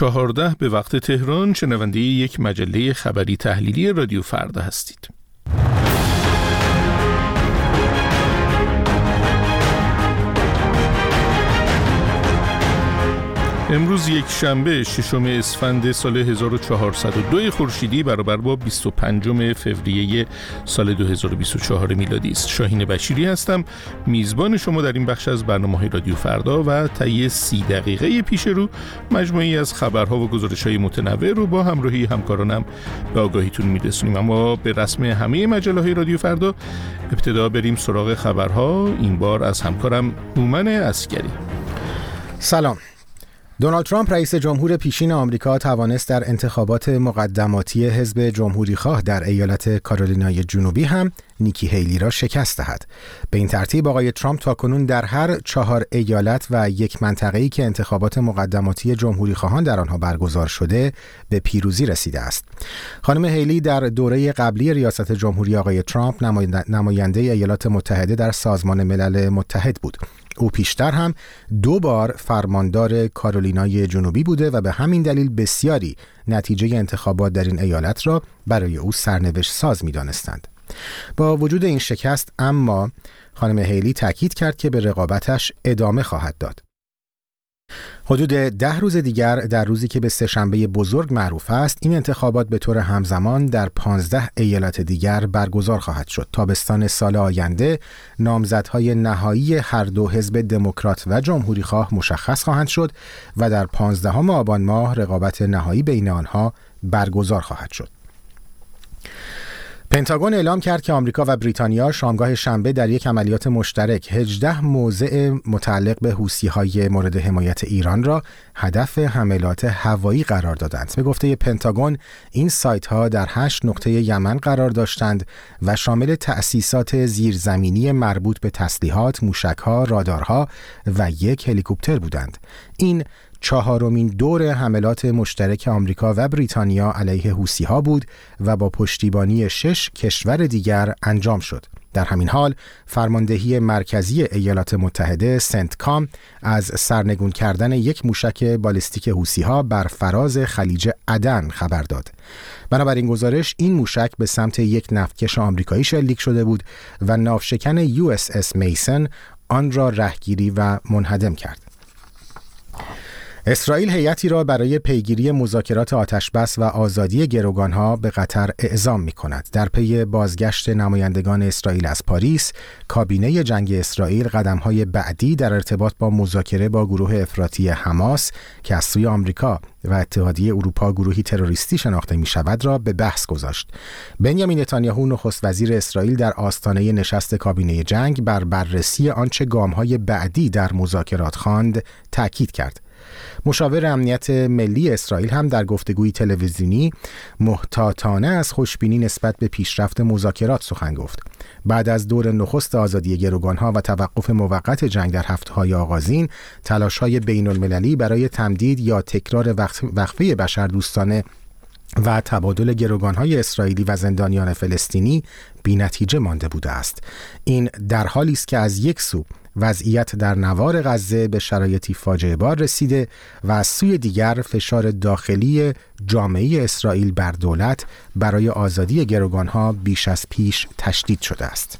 14 به وقت تهران شنونده یک مجله خبری تحلیلی رادیو فردا هستید. امروز یک شنبه 6 اسفند سال 1402 خورشیدی برابر با 25 فوریه سال 2024 میلادی است. شاهین بشیری هستم، میزبان شما در این بخش از برنامه‌های رادیو فردا و طی 30 دقیقه پیش رو مجموعی از خبرها و گزارش‌های متنوع رو با همراهی همکارانم به آگاهیتون میرسونیم. اما به رسم همه مجله‌های رادیو فردا ابتدا بریم سراغ خبرها، این بار از همکارم هومن عسکری. سلام. دونالد ترامپ رئیس جمهور پیشین آمریکا توانست در انتخابات مقدماتی حزب جمهوری‌خواه در ایالت کارولینای جنوبی هم نیکی هیلی را شکست دهد. به این ترتیب آقای ترامپ تاکنون در هر 4 ایالت و یک منطقه‌ای که انتخابات مقدماتی جمهوری‌خواهان در آنها برگزار شده به پیروزی رسیده است. خانم هیلی در دوره قبلی ریاست جمهوری آقای ترامپ نماینده ایالات متحده در سازمان ملل متحد بود. او پیشتر هم 2 بار فرماندار کارولینای جنوبی بوده و به همین دلیل بسیاری نتیجه انتخابات در این ایالت را برای او سرنوشت ساز می دانستند. با وجود این شکست اما خانم هیلی تاکید کرد که به رقابتش ادامه خواهد داد. حدود 10 روز دیگر در روزی که به سه‌شنبه بزرگ معروف است، این انتخابات به طور همزمان در 15 ایالت دیگر برگزار خواهد شد. تابستان سال آینده نامزدهای نهایی هر دو حزب دموکرات و جمهوری‌خواه مشخص خواهند شد و در 15 آبان ماه رقابت نهایی بین آنها برگزار خواهد شد. پنتاگون اعلام کرد که آمریکا و بریتانیا شامگاه شنبه در یک عملیات مشترک 18 موضع متعلق به حوثی‌های مورد حمایت ایران را هدف حملات هوایی قرار دادند. به گفته پنتاگون این سایت‌ها در 8 نقطه یمن قرار داشتند و شامل تأسیسات زیرزمینی مربوط به تسلیحات، موشک‌ها، رادارها و یک هلیکوپتر بودند. این 4مین دور حملات مشترک آمریکا و بریتانیا علیه حوثی‌ها بود و با پشتیبانی 6 کشور دیگر انجام شد. در همین حال فرماندهی مرکزی ایالات متحده سنتکام از سرنگون کردن یک موشک بالستیک حوثی‌ها بر فراز خلیج عدن خبر داد. بنابراین گزارش این موشک به سمت یک نفتکش آمریکایی شلیک شده بود و ناوشکن USS میسن آن را رهگیری و منهدم کرد. اسرائیل هیئتی را برای پیگیری مذاکرات آتشبس و آزادی گروگانها به قطر اعزام می‌کند. در پی بازگشت نمایندگان اسرائیل از پاریس، کابینه جنگ اسرائیل قدم‌های بعدی در ارتباط با مذاکره با گروه افراطی حماس که از سوی آمریکا و اتحادیه اروپا گروهی تروریستی شناخته می‌شود را به بحث گذاشت. بنیامین نتانیاهو نخست وزیر اسرائیل در آستانه نشست کابینه جنگ بر بررسی آنچه گام‌های بعدی در مذاکرات خواند تاکید کرد. مشاور امنیت ملی اسرائیل هم در گفتگوی تلویزیونی محتاطانه از خوشبینی نسبت به پیشرفت مذاکرات سخن گفت. بعد از دور نخست آزادی گروگانها و توقف موقت جنگ در هفته‌های آغازین، تلاش‌های بین‌المللی برای تمدید یا تکرار وقفه بشردوستانه و تبادل گروگانهای اسرائیلی و زندانیان فلسطینی بی‌نتیجه مانده بوده است. این در حالی است که از یک سو وضعیت در نوار غزه به شرایطی فاجعه بار رسیده و از سوی دیگر فشار داخلی جامعه اسرائیل بر دولت برای آزادی گروگانها بیش از پیش تشدید شده است.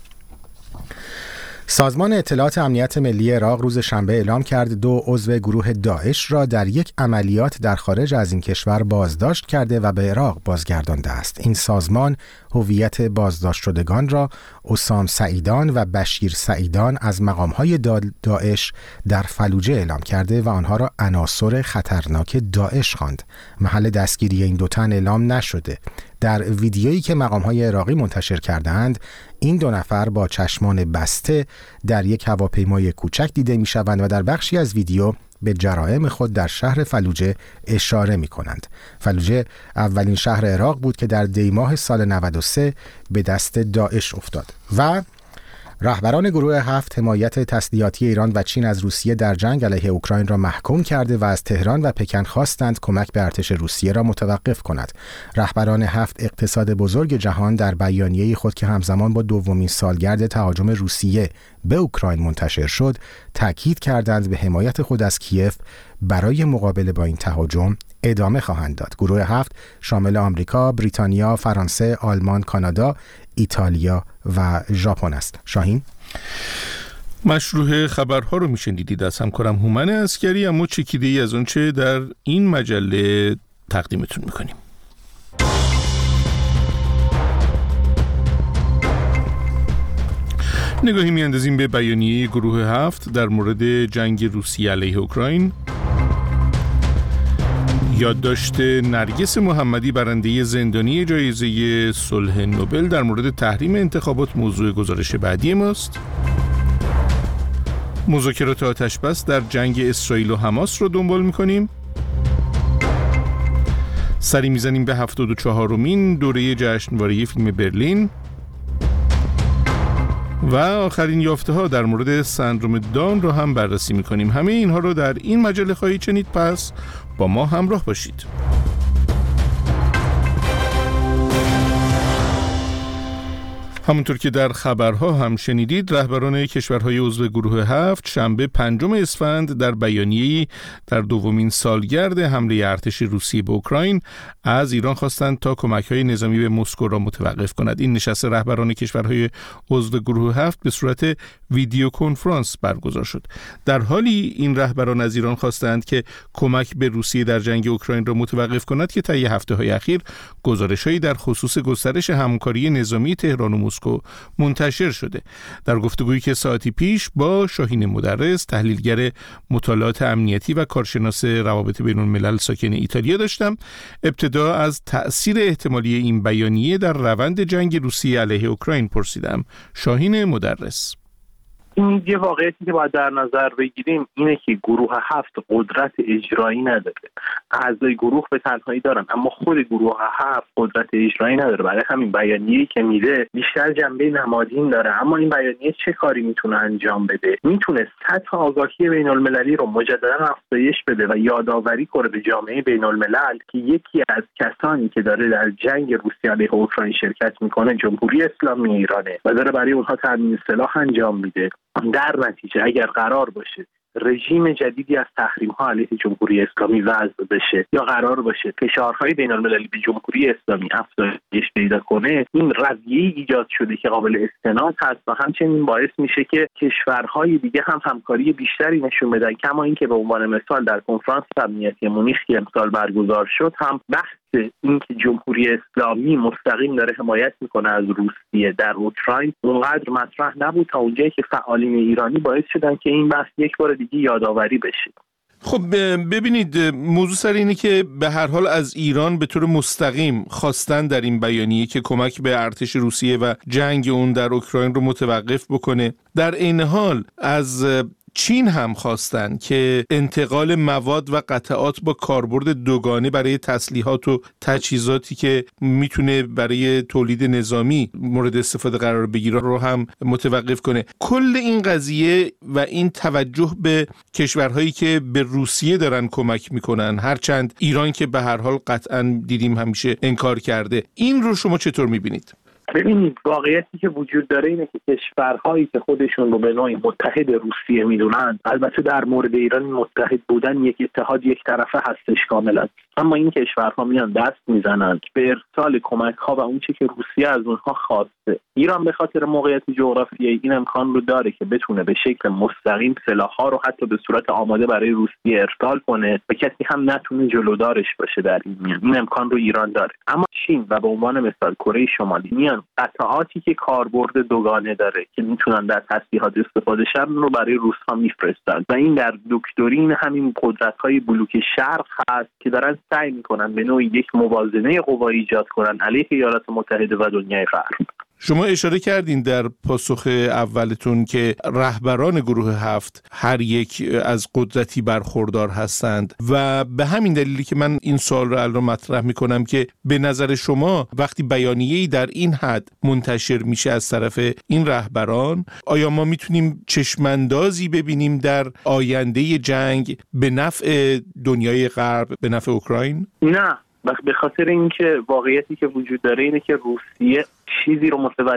سازمان اطلاعات امنیت ملی عراق روز شنبه اعلام کرد 2 عضو گروه داعش را در یک عملیات در خارج از این کشور بازداشت کرده و به عراق بازگردانده است. این سازمان هویت بازداشت شدگان را اسام سعیدان و بشیر سعیدان از مقام‌های داعش در فلوجه اعلام کرده و آنها را عناصر خطرناک داعش خواند. محل دستگیری این 2 تن اعلام نشده. در ویدیویی که مقام‌های عراقی منتشر کردند، این 2 نفر با چشمان بسته در یک هواپیمای کوچک دیده می‌شوند و در بخشی از ویدیو به جرائم خود در شهر فلوجه اشاره می‌کنند. فلوجه اولین شهر عراق بود که در دی‌ماه سال 93 به دست داعش افتاد. و رهبران گروه 7 حمایت تسلیحاتی ایران و چین از روسیه در جنگ علیه اوکراین را محکوم کرده و از تهران و پکن خواستند کمک به ارتش روسیه را متوقف کند. رهبران 7 اقتصاد بزرگ جهان در بیانیه خود که همزمان با دومین سالگرد تهاجم روسیه به اوکراین منتشر شد، تاکید کردند به حمایت خود از کیف برای مقابله با این تهاجم ادامه خواهند داد. گروه 7 شامل آمریکا، بریتانیا، فرانسه، آلمان، کانادا، ایتالیا و ژاپن است. شاهین؟ مشروع خبرها رو میشنیدید از همکارم هومن عسکری، اما چکیده‌ای از آنچه در این مجله تقدیمتون میکنیم. نگاهی میاندازیم به بیانیه گروه 7 در مورد جنگ روسیه علیه اوکراین. یادداشت نرگس محمدی برنده زندانی جایزه صلح نوبل در مورد تحریم انتخابات موضوع گزارش بعدی ماست. مذاکرات آتش‌بس در جنگ اسرائیل و حماس رو دنبال می‌کنیم. سری میزنیم به 74مین دوره جشنواره فیلم برلین و آخرین یافته‌ها در مورد سندرم داون رو هم بررسی می‌کنیم. همه اینها رو در این مجله خواهید شنید، پس با ما همراه باشید. همونطور که در خبرها هم شنیدید، رهبران کشورهای عضو گروه 7 شنبه 5 اسفند در بیانیه‌ای در دومین سالگرد حمله ارتش روسیه به اوکراین از ایران خواستند تا کمک‌های نظامی به مسکو را متوقف کند. این نشست رهبران کشورهای عضو گروه 7 به صورت ویدیو کنفرانس برگزار شد. در حالی این رهبران از ایران خواستند که کمک به روسیه در جنگ اوکراین را متوقف کند که طی هفته‌های اخیر گزارش‌هایی در خصوص گسترش همکاری نظامی تهران و مسکو منتشر شده. در گفتگویی که ساعتی پیش با شاهین مدرس، تحلیلگر مطالعات امنیتی و کارشناس روابط بین الملل ساکن ایتالیا داشتم، ابتدا از تأثیر احتمالی این بیانیه در روند جنگ روسیه علیه اوکراین پرسیدم. شاهین مدرس: این یه واقعیتی که باید در نظر بگیریم اینه که گروه 7 قدرت اجرایی نداره. اعضای گروه به تنهایی دارن، اما خود گروه 7 قدرت اجرایی نداره. برای همین بیانیه‌ای که میده بیشتر جنبه نمادین داره. اما این بیانیه چه کاری میتونه انجام بده؟ میتونه سطح آگاهی بین المللی رو مجددا افزایش بده و یادآوری کنه به جامعه بین الملل که یکی از کسانی که داره در جنگ روسیه علیه اوکراین شرکت میکنه جمهوری اسلامی ایرانه و داره برای اونها تامین سلاح انجام میده. در نتیجه اگر قرار باشه رژیم جدیدی از تحریم‌ها علیه جمهوری اسلامی وضع بشه یا قرار باشه فشارهای بین‌المللی به جمهوری اسلامی افزایش پیدا کنه، این رویه‌ای ایجاد شده که قابل استناد هست و همچنین باعث میشه که کشورهای دیگه هم همکاری بیشتری نشون بدن. کما اینکه به عنوان مثال در کنفرانس امنیتی مونیخ که امسال برگزار شد هم بحث اینکه جمهوری اسلامی مستقیم داره حمایت میکنه از روسیه در اوکراین اونقدر مطرح نبود تا اونجایی که فعالین ایرانی باعث شدن که این بحث یک بار دیگه یادآوری بشه. خب ببینید، موضوع سر اینه که به هر حال از ایران به طور مستقیم خواستن در این بیانیه که کمک به ارتش روسیه و جنگ اون در اوکراین رو متوقف بکنه. در این حال از چین هم خواستن که انتقال مواد و قطعات با کاربرد دوگانه برای تسلیحات و تجهیزاتی که میتونه برای تولید نظامی مورد استفاده قرار بگیره رو هم متوقف کنه. کل این قضیه و این توجه به کشورهایی که به روسیه دارن کمک میکنن، هرچند ایران که به هر حال قطعا دیدیم همیشه انکار کرده، این رو شما چطور میبینید؟ ببینید، واقعیتی که وجود داره اینه که کشورهایی که خودشون رو به نوعی متحد روسیه میدونن، البته در مورد ایران متحد بودن یک اتحاد یک طرفه هستش کاملا، اما این کشورها میان دست میزنن به ارسال کمک ها و اون چیزی که روسیه از اونها خواسته. ایران به خاطر موقعیت جغرافیایی این امکان رو داره که بتونه به شکل مستقیم سلاح‌ها رو حتی به صورت آماده برای روسیه ارسال کنه و کسی هم نتونه جلودارش باشه در این میان. این امکان رو ایران داره. اما چین و به عنوان مثال کره شمالی میان قطعاتی که کاربرد دوگانه داره که میتونن در تسلیحات استفاده شن رو برای روس‌ها میفرستن و این در دکترین همین قدرت‌های بلوک شرق هست که دارن سعی میکنن به نوعی یک موازنه قوا ایجاد کنن علیه ایالات متحده و دنیای غرب. شما اشاره کردین در پاسخ اولتون که رهبران گروه 7 هر یک از قدرتی برخوردار هستند و به همین دلیلی که من این سوال رو الان مطرح میکنم که به نظر شما وقتی بیانیه‌ای در این حد منتشر میشه از طرف این رهبران، آیا ما میتونیم چشماندازی ببینیم در آینده جنگ به نفع دنیای غرب، به نفع اوکراین؟ نه، به خاطر اینکه واقعیتی که وجود داره اینه که روسیه چیزی رو متوجه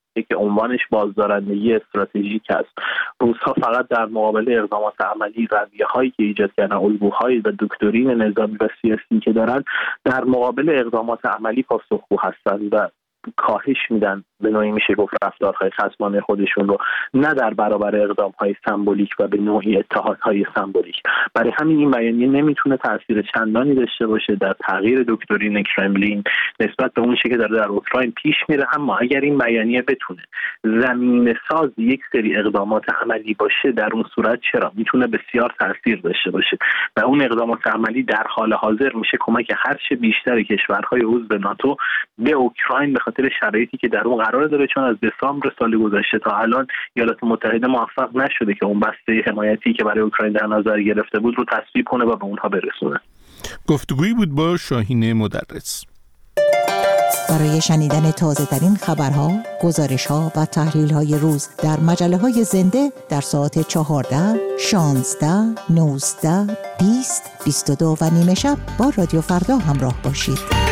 که عنوانش بازدارندگی استراتژیک است. روس‌ها فقط در مقابل اقدامات عملی، رویه‌هایی که ایجاد کردن، الگوهای و دکترین نظامی و سیاسی که دارن، در مقابل اقدامات عملی پاسخگو هستند و کاهش میدن به نوعی میشه گفت رفتارهای خصمانه خودشون رو، نه در برابر اقدامهای سمبولیک و به نوعی اتحادهای سمبولیک. برای همین این بیانیه نمیتونه تاثیر چندانی داشته باشه در تغییر دکترین کرملین نسبت به اون چیزی که داره در اوکراین پیش میره. اما اگر این بیانیه بتونه زمینه ساز یک سری اقدامات عملی باشه، در اون صورت چرا میتونه بسیار تاثیر داشته باشه و اون اقدامات عملی در حال حاضر میشه کمک هرچه بیشتر کشورهای عضو ناتو به اوکراین به خاطر شرایطی که در اون قرار داره، چون از دسامبر سال گذشته تا الان ایالات متحده موفق نشده که اون بسته حمایتی که برای اوکراین در نظر گرفته بود رو تصویب کنه و به اونها برسونه. گفتگویی بود با شاهین مدرس. برای شنیدن تازه‌ترین خبرها، گزارش‌ها و تحلیل‌های روز در مجله‌های زنده در ساعت 14, 16, 19, 20, 22 و نیمه شب با رادیو فردا همراه باشید.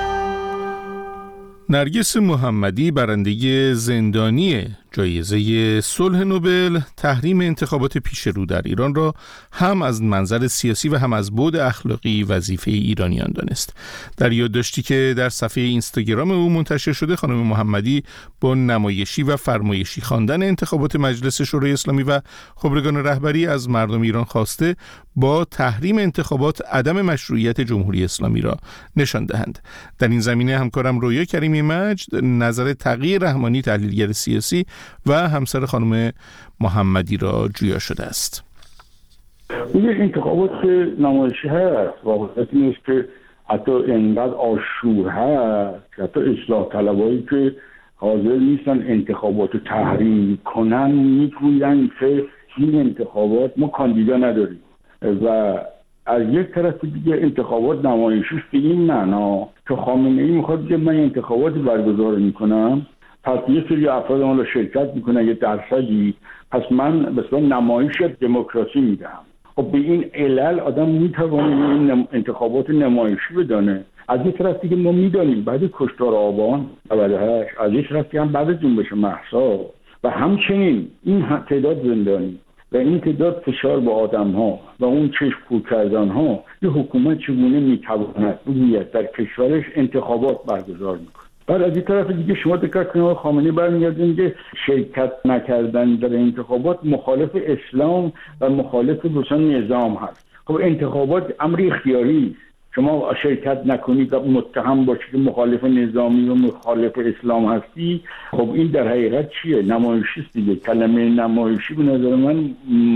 نرگس محمدی برنده زندانی جایزه صلح نوبل تحریم انتخابات پیش رو در ایران را هم از منظر سیاسی و هم از بعد اخلاقی وظیفه ایرانیان دانست. در یادداشتی که در صفحه اینستاگرام او منتشر شده، خانم محمدی با نمایشی و فرمایشی خواندن انتخابات مجلس شورای اسلامی و خبرگان رهبری از مردم ایران خواسته با تحریم انتخابات عدم مشروعیت جمهوری اسلامی را نشان دهند. در این زمینه همکارم رویا کریمی مجد نظر تغییر رحمانی تحلیلگر سیاسی و همسر خانم محمدی را جویا شده است. این انتخابات نمایشی هست، واقعیت این است که حتی اینقدر آشور هست، حتی اصلاح طلبایی که حاضر نیستن انتخابات رو تحریم کنن میگوین که این انتخابات ما کاندیدا نداریم و از یک طرف دیگه انتخابات نمایشی به این معنا که خامنه‌ای میخواد بگه من انتخاباتی برگزار میکنم، پس یه سری افراد ما رو شرکت میکنن یه درصدی، پس من به نمایش دموکراسی میدم. خب به این علل آدم میتونه این انتخابات نمایشی بدانه. از یک طرف دیگه ما میدانیم بعد کشتار آبان 98، از یک طرف هم بعد جنبش مهسا و همچنین این تعداد زندانی و این تعداد فشار با آدم ها و اون چشم پور کردن ها، یه حکومت چگونه میتواند در کشورش انتخابات برگزار میکنه. بعد از این طرف دیگه شما دقت کنید خامنه‌ای برمیگردن که شرکت نکردن در انتخابات مخالف اسلام و مخالف نظام هست. خب انتخابات امر اختیاری است. شما شرکت نکنید و متهم باشید که مخالف نظامی و مخالف اسلام هستی، خب این در حقیقت چیه؟ نمایشی است دیگه. کلمه نمایشی به نظر من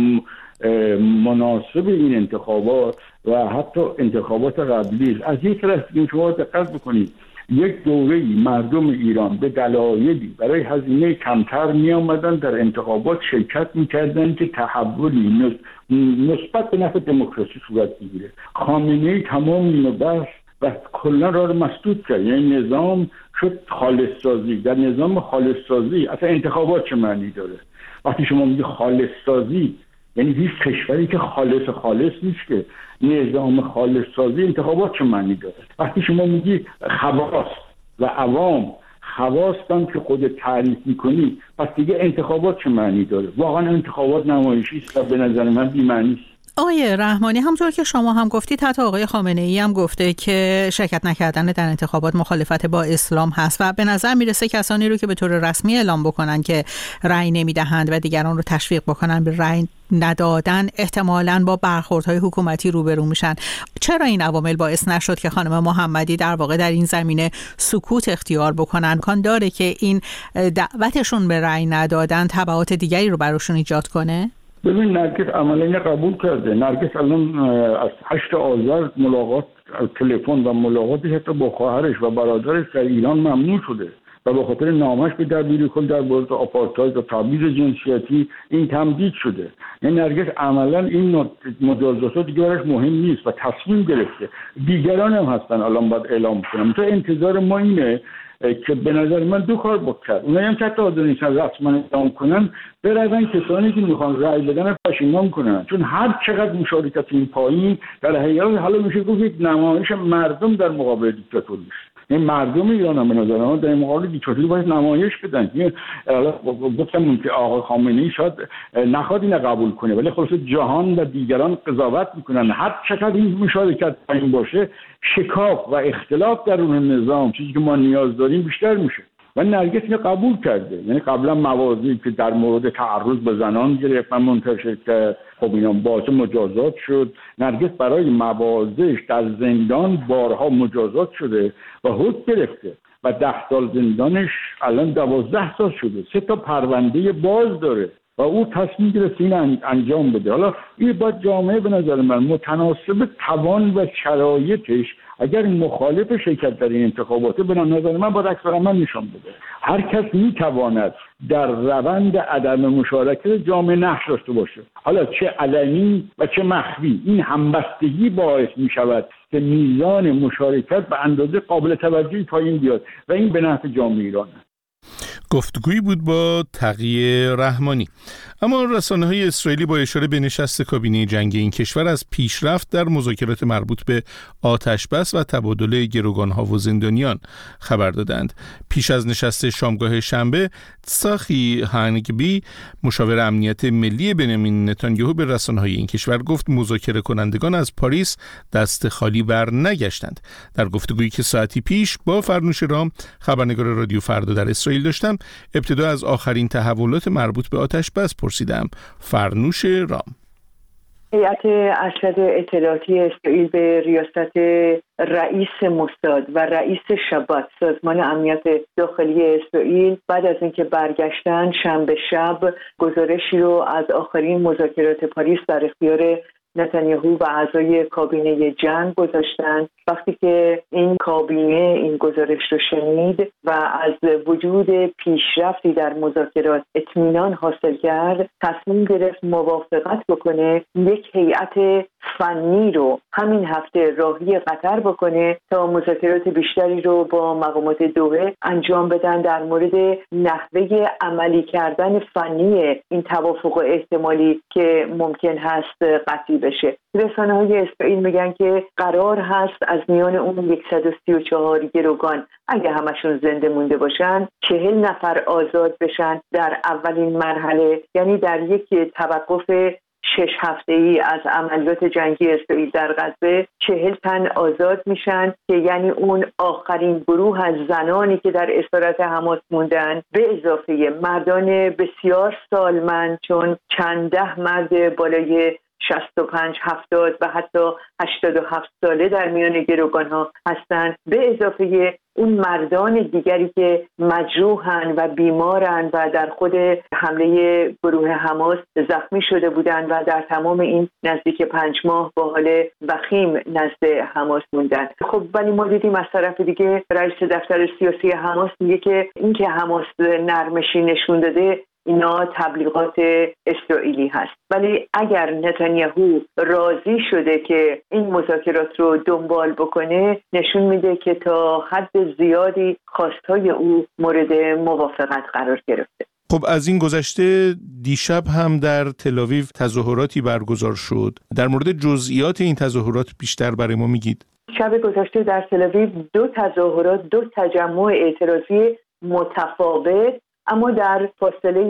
مناسب این انتخابات و حتی انتخابات قبلی است. از یک طرف دیگه شما دقت بکنید یک دوره‌ای مردم ایران به دلایلی برای هزینه کمتر می آمدن در انتخابات شرکت می‌کردند که تحولی نسبت به نفع دموکراسی صورت بگیره. خامنه‌ای تمام اینو بس و کلا راه رو مسدود کرد. یعنی نظام شد خالص سازی. در نظام خالص سازی اصلا انتخابات چه معنی داره؟ وقتی شما میگی خالص سازی یعنی هیچ کشوری که خالص نیست که نظام خالص سازی انتخابات چه معنی داره؟ وقتی شما میگی خواص و عوام خواستن که خودت تعریف میکنی، پس دیگه انتخابات چه معنی داره؟ واقعا انتخابات نمایشی است و به نظر من بی‌معنی است. آقای رحمانی، همونطور که شما هم گفتید حتی آقای خامنه‌ای هم گفته که شرکت نکردن در انتخابات مخالفت با اسلام هست و به نظر میرسه کسانی رو که به طور رسمی اعلام بکنن که رأی نمیدهند و دیگران رو تشویق بکنن به رأی ندادن احتمالاً با برخوردهای حکومتی روبرو میشن. چرا این عوامل باعث نشد که خانم محمدی در واقع در این زمینه سکوت اختیار بکنن؟ امکان داره که این دعوتشون به رأی ندادن تبعات دیگری رو براشون ایجاد کنه؟ ببین نرگس عملا اینو قبول کرده. نرگس الان از 8 آذر ملاقات تلفن و ملاقاتش حتی با خواهرش و برادرش در ایران ممنوع شده و به خاطر نامش به دبیرکل در مورد آپارتاید و تبعیض جنسیتی این تمدید شده. یعنی نرگس عملا این مجازات دیگه براش مهم نیست و تصمیم گرفته. دیگران هم هستن الان باید اعلام کنم. تو انتظار ما اینه که به نظر من دو کار بکنن. اونایی هم که حتی حاضر نیستن رسما اعلام کنن، برن کسانی که میخوان رأی بدن پشیمان کنن، چون هر چقدر مشارکت این پایین در حقیقت حالا میشه گفت یک نمایش مردم در مقابل دیکتاتور میشه. این مردم ایران هم به نظر من در مقابل دیکتاتوری باید نمایش بدن. گفتم که آقای خامنه‌ای شاید نخواد اینو قبول کنه، ولی خلاص جهان و دیگران قضاوت میکنن هر چقدر این مشارکت پایین باشه شکاف و اختلاف درون نظام، چیزی که ما نیاز داریم، بیشتر میشه. و نرگس اینو قبول کرده. یعنی قبلا موازی که در مورد تعرض به زنان گرفت و منتشر کرد، خب اینا باعث مجازات شد. نرگس برای موازش در زندان بارها مجازات شده و حکم گرفته و 10 سال زندانش الان 12 سال شده. 3 تا پرونده باز داره و او تصمیم گرفت این انجام بده. حالا این باید جامعه به نظر من متناسب توان و شرایطش، اگر مخالف شرکت در این انتخابات به نظر من باید اکثر من نشان بده. هر کس میتواند در روند عدم مشارکت جامعه نقش داشته باشه، حالا چه علنی و چه مخفی. این همبستگی باعث میشود که میزان مشارکت به اندازه قابل توجهی پایین بیاد و این به نفع جامعه ایران است. گفتگویی بود با تقی رحمانی. اما رسانه‌های اسرائیلی با اشاره به نشست کابینه جنگی این کشور از پیشرفت در مذاکرات مربوط به آتش‌بس و تبادل گروگان‌ها و زندانیان خبر دادند. پیش از نشست شامگاه شنبه، تساخی هانگبی، مشاور امنیت ملی بنیامین نتانیاهو، به رسانه‌های این کشور گفت مذاکره کنندگان از پاریس دست خالی بر نگشتند. در گفتگویی که ساعتی پیش با فرنوش رام، خبرنگار رادیو فردا در اسرائیل داشتم، ابتدا از آخرین تحولات مربوط به آتش‌بس پرسیدم. فرنوش رام: هیئت ارشد اطلاعاتی اسرائیل به ریاست رئیس موساد و رئیس شباک، سازمان امنیت داخلی اسرائیل، بعد از اینکه برگشتن شنبه شب گزارشی رو از آخرین مذاکرات پاریس در اختیار نتانیاهو و اعضای کابینه جنگ گذاشتن. وقتی که این کابینه این گزارش رو شنید و از وجود پیشرفتی در مذاکرات اطمینان حاصل کرد، تصمیم گرفت موافقت بکنه یک هیئت فنی رو همین هفته راهی قطر بکنه تا مذاکرات بیشتری رو با مقامات دوحه انجام بدن در مورد نحوه عملی کردن فنی این توافق احتمالی که ممکن هست قطعی بشه. رسانه‌های اسرائیل میگن که قرار هست از میان اون 134 گروگان، اگه همشون زنده مونده باشن، 40 نفر آزاد بشن در اولین مرحله، یعنی در یک توقف 6 هفته‌ای از عملیات جنگی اسرائیل در غزه 40 تن آزاد میشن که یعنی اون آخرین گروه از زنانی که در اسارت حماس موندن، به اضافه مردان بسیار سالمند، چون چند ده مرد بالای 65 70 و حتی 87 ساله در میان گروگان‌ها هستند، به اضافه اون مردان دیگری که مجروحن و بیمارن و در خود حمله گروه حماس زخمی شده بودن و در تمام این نزدیک 5 ماه با حال وخیم نزد حماس موندن. خب ولی ما دیدیم از طرف دیگه رئیس دفتر سیاسی حماس میگه که این که حماس نرمشی نشون داده اینا تبلیغات اسرائیلی هست. ولی اگر نتانیاهو راضی شده که این مذاکرات رو دنبال بکنه، نشون میده که تا حد زیادی خواستهای او مورد موافقت قرار گرفته. خب از این گذشته دیشب هم در تل‌آویو تظاهراتی برگزار شد. در مورد جزئیات این تظاهرات بیشتر برای ما میگید؟ شب گذشته در تل‌آویو 2 تظاهرات، 2 تجمع اعتراضی متفاوت اما در فاصله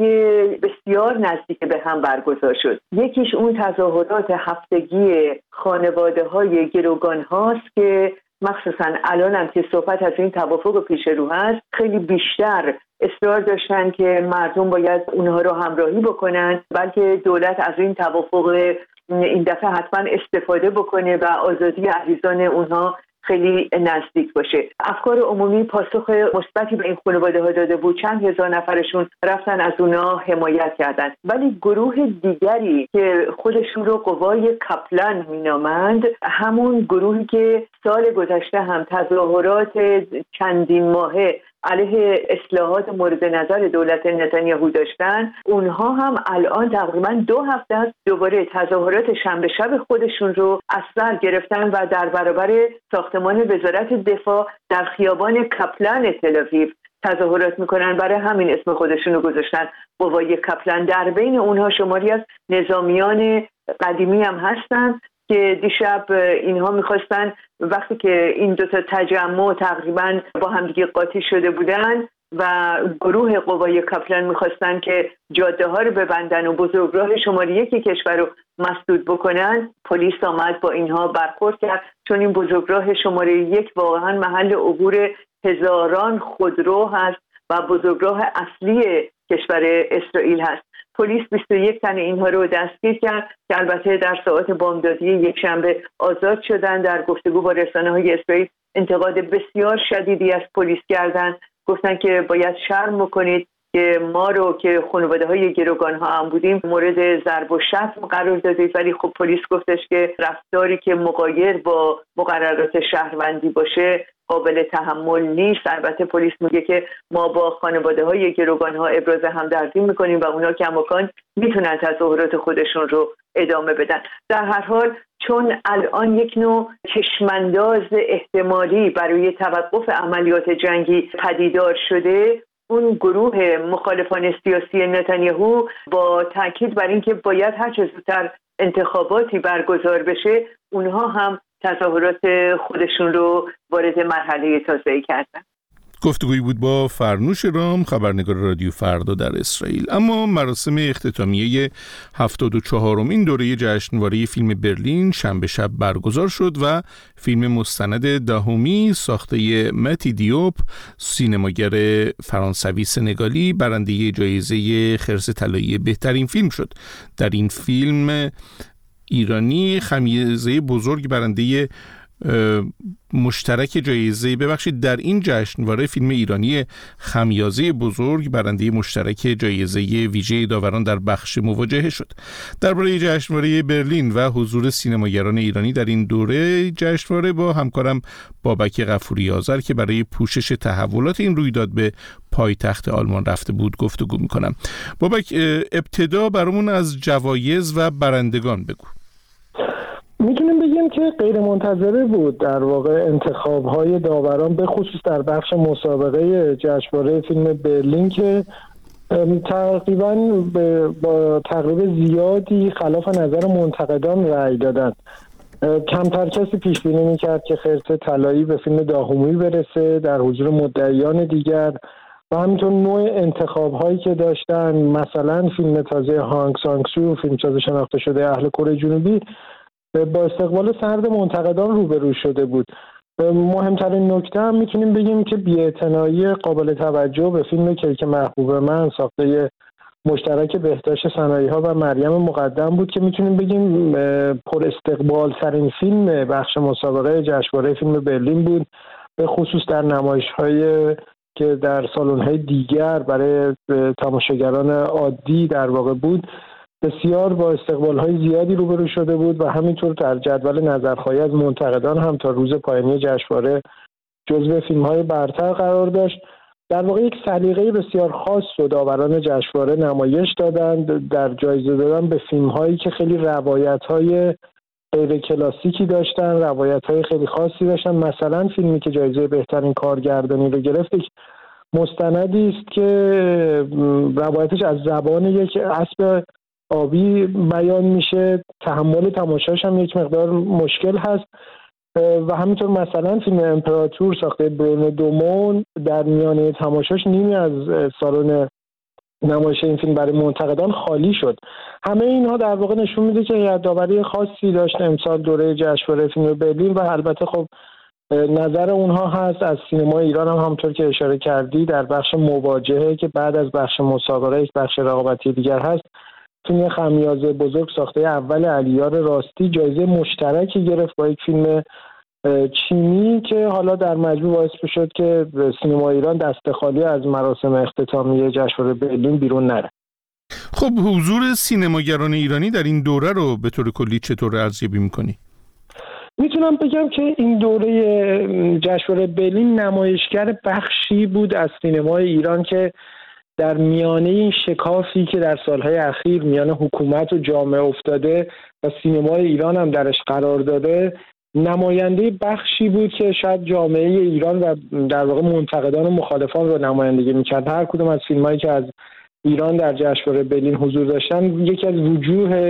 بسیار نزدیک به هم برگزار شد. یکیش اون تظاهرات هفتگی خانواده‌های گروگان هاست که مخصوصا الان هم که صحبت از این توافق پیش رو هست، خیلی بیشتر اصرار داشتن که مردم باید اونها رو همراهی بکنن، بلکه دولت از این توافق این دفعه حتما استفاده بکنه و آزادی عزیزان اونها خیلی نزدیک باشه. افکار عمومی پاسخ مثبتی به این خانواده ها داده بود. چند هزار نفرشون رفتن از اونا حمایت کردن. ولی گروه دیگری که خودشون رو قوای کپلن مینامند، همون گروهی که سال گذشته هم تظاهرات چندین ماهه علیه اصلاحات مورد نظر دولت نتانیاهو داشتن، اونها هم الان تقریبا 2 هفته است دوباره تظاهرات شنبه شب خودشون رو از سر گرفتن و در برابر ساختمان وزارت دفاع در خیابان کپلن تل‌آویو تظاهرات میکنن. برای همین اسم خودشون رو گذاشتن قوای کپلن. در بین اونها شماری از نظامیان قدیمی هم هستن که دیشب اینها میخواستن وقتی که این دوتا تجمع تقریبا با همدیگه قاطی شده بودن و گروه قوای کاپلن میخواستن که جاده ها رو ببندن و بزرگراه شماره 1 کشور رو مسدود بکنن، پلیس آمد با اینها برخورد کرد، چون این بزرگراه شماره 1 واقعا محل عبور هزاران خودرو هست و بزرگراه اصلی کشور اسرائیل هست. پلیس 21 تن اینها رو دستگیر کرد که البته در ساعات بامدادی یکشنبه آزاد شدن. در گفتگو با رسانه‌های اسرائیل انتقاد بسیار شدیدی از پلیس کردند. گفتن که باید شرم بکنید که ما رو که خانواده‌های گروگان‌ها هم بودیم مورد ضرب و شتم قرار دادید، ولی خب پلیس گفتش که رفتاری که مغایر با مقررات شهروندی باشه قابل تحمل نیست. البته پلیس میگه که ما با خانواده‌های گروگان‌ها ابراز همدردی میکنیم و اونا کماکان میتونن تظاهرات خودشون رو ادامه بدن. در هر حال چون الان یک نوع چشمانداز احتمالی برای توقف عملیات جنگی پدیدار شده، اون گروه مخالفان سیاسی نتانیاهو با تاکید بر اینکه باید هر چه زودتر انتخاباتی برگزار بشه، اونها هم تظاهرات خودشون رو وارد مرحله تازه‌ای کردن. گفتگویی بود با فرنوش رام، خبرنگار رادیو فردا در اسرائیل. اما مراسم اختتامیه 74مین دوره جشنواره فیلم برلین شنبه شب برگزار شد و فیلم مستند دهمی ساخته متی دیوپ، سینماگر فرانسوی سنگالی، برنده جایزه خرس طلایی بهترین فیلم شد. در این فیلم ایرانی خمیازه بزرگ برنده در این جشنواره فیلم ایرانی خمیازه بزرگ برنده مشترک جایزه ویژه داوران در بخش مواجهه شد. درباره جشنواره برلین و حضور سینماگران ایرانی در این دوره جشنواره با همکارم بابک غفوری آذر که برای پوشش تحولات این رویداد به پایتخت آلمان رفته بود گفتگو میکنم. بابک، ابتدا برامون از جوایز و برندگان بگو. میتونیم بگیم که غیر منتظره بود در واقع انتخاب‌های داوران به خصوص در بخش مسابقه جشنواره فیلم برلین که تقریباً با تقریبا زیادی خلاف نظر منتقدان رأی دادند. کمتر کسی پیش بینی می‌کرد که خرس طلایی به فیلم داهومی برسه در حضور مدعیان دیگر و همینطور نوع انتخاب‌هایی که داشتن، مثلا فیلم تازه هانگ سانگ سو، فیلمساز شناخته شده اهل کره جنوبی، با استقبال سرد منتقدان روبرو شده بود. مهمترین نکته هم میتونیم بگیم که بی‌اعتنایی قابل توجه به فیلم کیک محبوب من ساخته مشترک بهداشت صنایع‌ها و مریم مقدم بود که میتونیم بگیم پر استقبال ترین فیلم بخش مسابقه جشنواره فیلم برلین بود، به خصوص در نمایش‌های که در سالن‌های دیگر برای تماشاگران عادی در واقع بود. بسیار با استقبال‌های زیادی روبرو شده بود و همینطور در جدول نظرخواهی از منتقدان هم تا روز پایانی جشنواره جزو فیلم‌های برتر قرار داشت. در واقع یک سلیقه بسیار خاص و داوران جشنواره نمایش دادند در جایزه دادن به فیلم‌هایی که خیلی روایت‌های غیر کلاسیکی داشتن، روایت‌های خیلی خاصی داشتن. مثلا فیلمی که جایزه بهترین کارگردانی رو گرفت مستندی است که روایتش از زبان یک اسب آبی بیان میشه، تحمل تماشاش هم یک مقدار مشکل هست و همینطور مثلا فیلم امپراتور ساخته برونو دومون در میانه تماشاش نیمی از سالن نمایش این فیلم برای منتقدان خالی شد. همه اینها در واقع نشون میده که یادآوری خاصی داشت امسال دوره جشنواره فیلم برلین و البته خب نظر اونها هست از سینما ایران هم همونطور که اشاره کردی در بخش مواجهه که بعد از بخش مسابقه یک بخش رقابتی دیگر هست. فیلم خمیازه بزرگ ساخته اول علیار راستی جایزه مشترکی گرفت با یک فیلم چینی که حالا در مجموع باعث شد که سینما ایران دست خالی از مراسم اختتامیه جشنواره برلین بیرون نره. خب حضور سینماگران ایرانی در این دوره رو به طور کلی چطور ارزیابی می‌کنی؟ میتونم بگم که این دوره جشنواره برلین نمایشگر بخشی بود از سینمای ایران که در میانه این شکافی که در سالهای اخیر میان حکومت و جامعه افتاده و سینمای ایران هم درش قرار داده، نماینده بخشی بود که شاید جامعه ایران و در واقع منتقدان و مخالفان رو نمایندگی میکرد. هر کدوم از فیلمایی که از ایران در جشنواره برلین حضور داشتن یکی از وجوه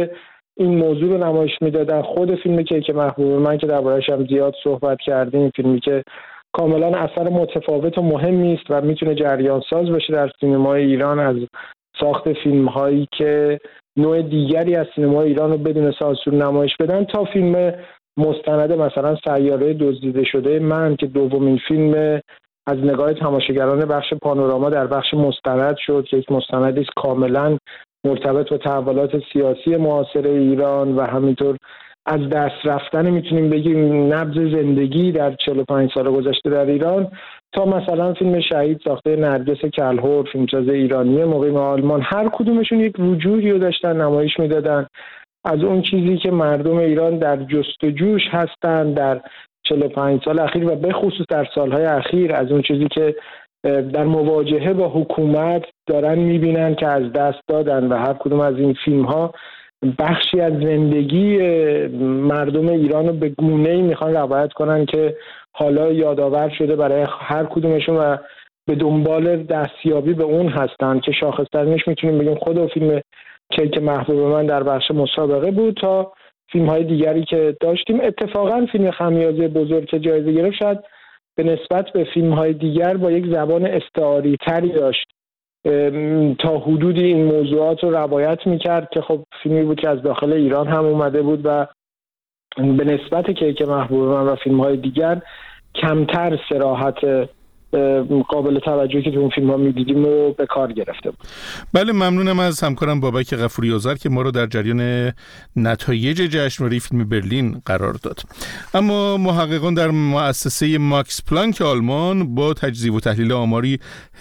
این موضوع رو نمایش میدادن. خود فیلم کیک محبوب من که درباره‌اش هم زیاد صحبت کردیم، فیلمی که کاملا اثر متفاوت و مهمی است و میتونه جریان ساز باشه در سینمای ایران از ساخت فیلم هایی که نوع دیگری از سینمای ایران رو بدون سانسور نمایش بدن، تا فیلم مستند مثلا سیاره دزدیده شده من که دومین فیلم از نگاه تماشاگران بخش پانوراما در بخش مستند شد که یک مستندی است کاملا مرتبط با تحولات سیاسی معاصر ایران و همینطور از دست رفتن میتونیم بگیم نبض زندگی در 45 سال گذشته در ایران، تا مثلا فیلم شهید ساخته نرگس کلهر، فیلمساز ایرانی مقیم آلمان. هر کدومشون یک رجوعی رو داشتن نمایش میدادن از اون چیزی که مردم ایران در جستجوش هستن در 45 سال اخیر و به خصوص در سالهای اخیر، از اون چیزی که در مواجهه با حکومت دارن میبینن که از دست دادن. و هر کدوم از این فیلم ها بخشی از زندگی مردم ایران رو به گونه‌ای میخوان روایت کنن که حالا یادآور شده برای هر کدومشون و به دنبال دستیابی به اون هستن که شاخص‌ترینش میتونیم بگیم خود فیلم کیک محبوب من در بخش مسابقه بود، تا فیلم‌های دیگری که داشتیم. اتفاقا فیلم خمیازه بزرگ که جایزه گرفت شاید به نسبت به فیلم‌های دیگر با یک زبان استعاری تری داشت، تا حدودی این موضوعات رو روایت میکرد که خب فیلمی بود که از داخل ایران هم اومده بود و به نسبت کیک محبوب من و فیلم‌های دیگر کمتر صراحت قابل توجهی که تو اون فیلم‌ها می‌دیدیم و به کار گرفته بود. بله، ممنونم از همکارم بابک غفوری آذر که ما رو در جریان نتایج جشنواره فیلم برلین قرار داد. اما محققان در مؤسسه ماکس پلانک آلمان با تجزیه و تحلیل آماری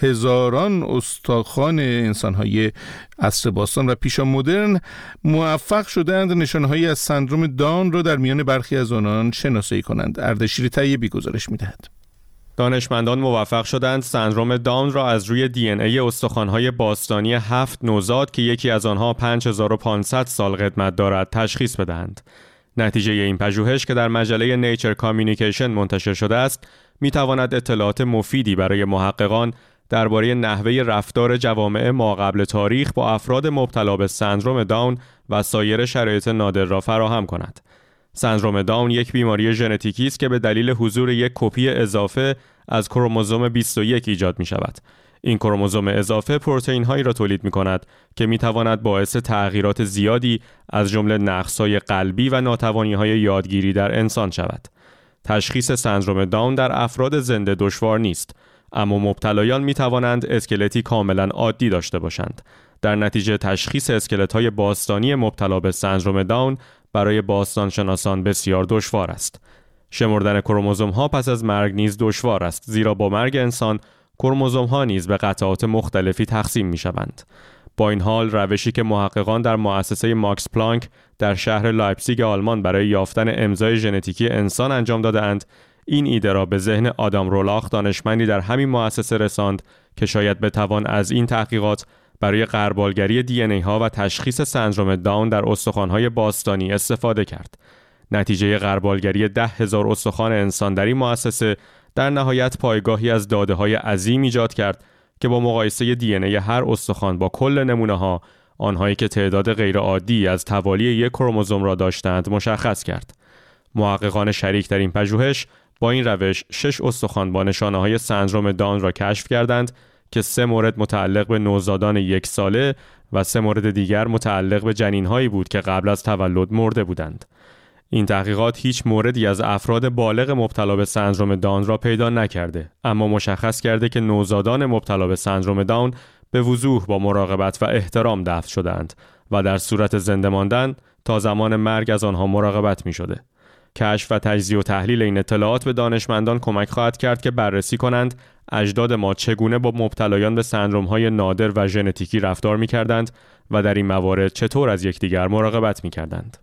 هزاران استخوان انسان‌های عصر باستان و پیشا مدرن موفق شدند نشانه‌هایی از سندروم داون را در میان برخی از آنان شناسایی کنند. اردشیر طیبی گزارش می‌دهد. دانشمندان موفق شدند سندروم داون را از روی دی ان ای استخوان‌های باستانی 7 نوزاد که یکی از آنها 5500 سال قدمت دارد تشخیص بدهند. نتیجه این پژوهش که در مجله نیچر کامیونیکیشن منتشر شده است، می‌تواند اطلاعات مفیدی برای محققان درباره نحوه رفتار جوامع ماقبل تاریخ با افراد مبتلا به سندروم داون و سایر شرایط نادر را فراهم کند. سندروم داون یک بیماری ژنتیکی است که به دلیل حضور یک کپی اضافه از کروموزوم 21 ایجاد می شود. این کروموزوم اضافه پروتئین هایی را تولید می کند که می تواند باعث تغییرات زیادی از جمله نقص‌های قلبی و ناتوانی‌های یادگیری در انسان شود. تشخیص سندروم داون در افراد زنده دشوار نیست، اما مبتلایان می توانند اسکلتی کاملا عادی داشته باشند. در نتیجه تشخیص اسکلت‌های باستانی مبتلا به سندروم داون برای باستانشناسان بسیار دشوار است. شمردن کروموزوم‌ها پس از مرگ نیز دشوار است، زیرا با مرگ انسان کروموزوم‌ها نیز به قطعات مختلفی تقسیم می‌شوند. با این حال روشی که محققان در مؤسسه ماکس پلانک در شهر لایپزیگ آلمان برای یافتن امضای ژنتیکی انسان انجام داده‌اند، این ایده را به ذهن آدام رولاخ دانشمندی در همین مؤسسه رساند که شاید بتوان از این تحقیقات برای غربالگری دی ان ای ها و تشخیص سندروم داون در استخوان‌های باستانی استفاده کرد. نتیجه غربالگری 10,000 استخوان انسان در این مؤسسه در نهایت پایگاهی از داده‌های عظیم ایجاد کرد که با مقایسه دی ان ای هر استخوان با کل نمونه‌ها، آنهایی که تعداد غیرعادی از توالی یک کروموزوم را داشتند مشخص کرد. محققان شریک در این پژوهش با این روش 6 استخوان با نشانه‌های سندروم داون را کشف کردند که 3 مورد متعلق به نوزادان 1 ساله و 3 مورد دیگر متعلق به جنین‌هایی بود که قبل از تولد مرده بودند. این تحقیقات هیچ موردی از افراد بالغ مبتلا به سندروم داون را پیدا نکرده، اما مشخص کرده که نوزادان مبتلا به سندروم داون به وضوح با مراقبت و احترام دفن شدند و در صورت زنده ماندن تا زمان مرگ از آنها مراقبت می شده. کشف و تجزیه و تحلیل این اطلاعات به دانشمندان کمک خواهد کرد که بررسی کنند اجداد ما چگونه با مبتلایان به سندروم‌های نادر و ژنتیکی رفتار می‌کردند و در این موارد چطور از یکدیگر مراقبت می‌کردند.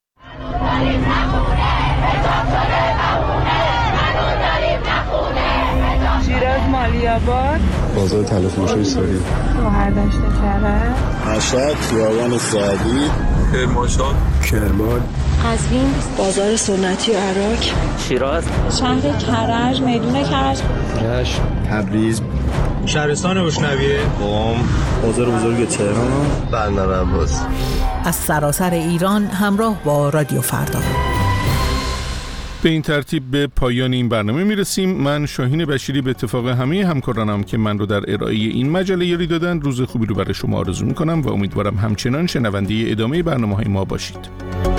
شیراز مالی‌آباد، بازار تلفروشی سوری، شهردشت کرج، مشهد، خیابان سعدی، کرمانشاه، کرمان، قزوین، بازار سنتی عراق، شیراز، شهر کرج، میدون کرج، رشت، تبریز، شهرستان اشنویه، قم، بازار بزرگ تهران، بندر عباس. از سراسر ایران همراه با رادیو فردا. به این ترتیب به پایان این برنامه میرسیم. من شاهین بشیری به اتفاق همه همکارانم که من رو در ارائه این مجله یاری دادن روز خوبی رو برای شما آرزو میکنم و امیدوارم همچنان شنونده ادامه برنامه‌های ما باشید.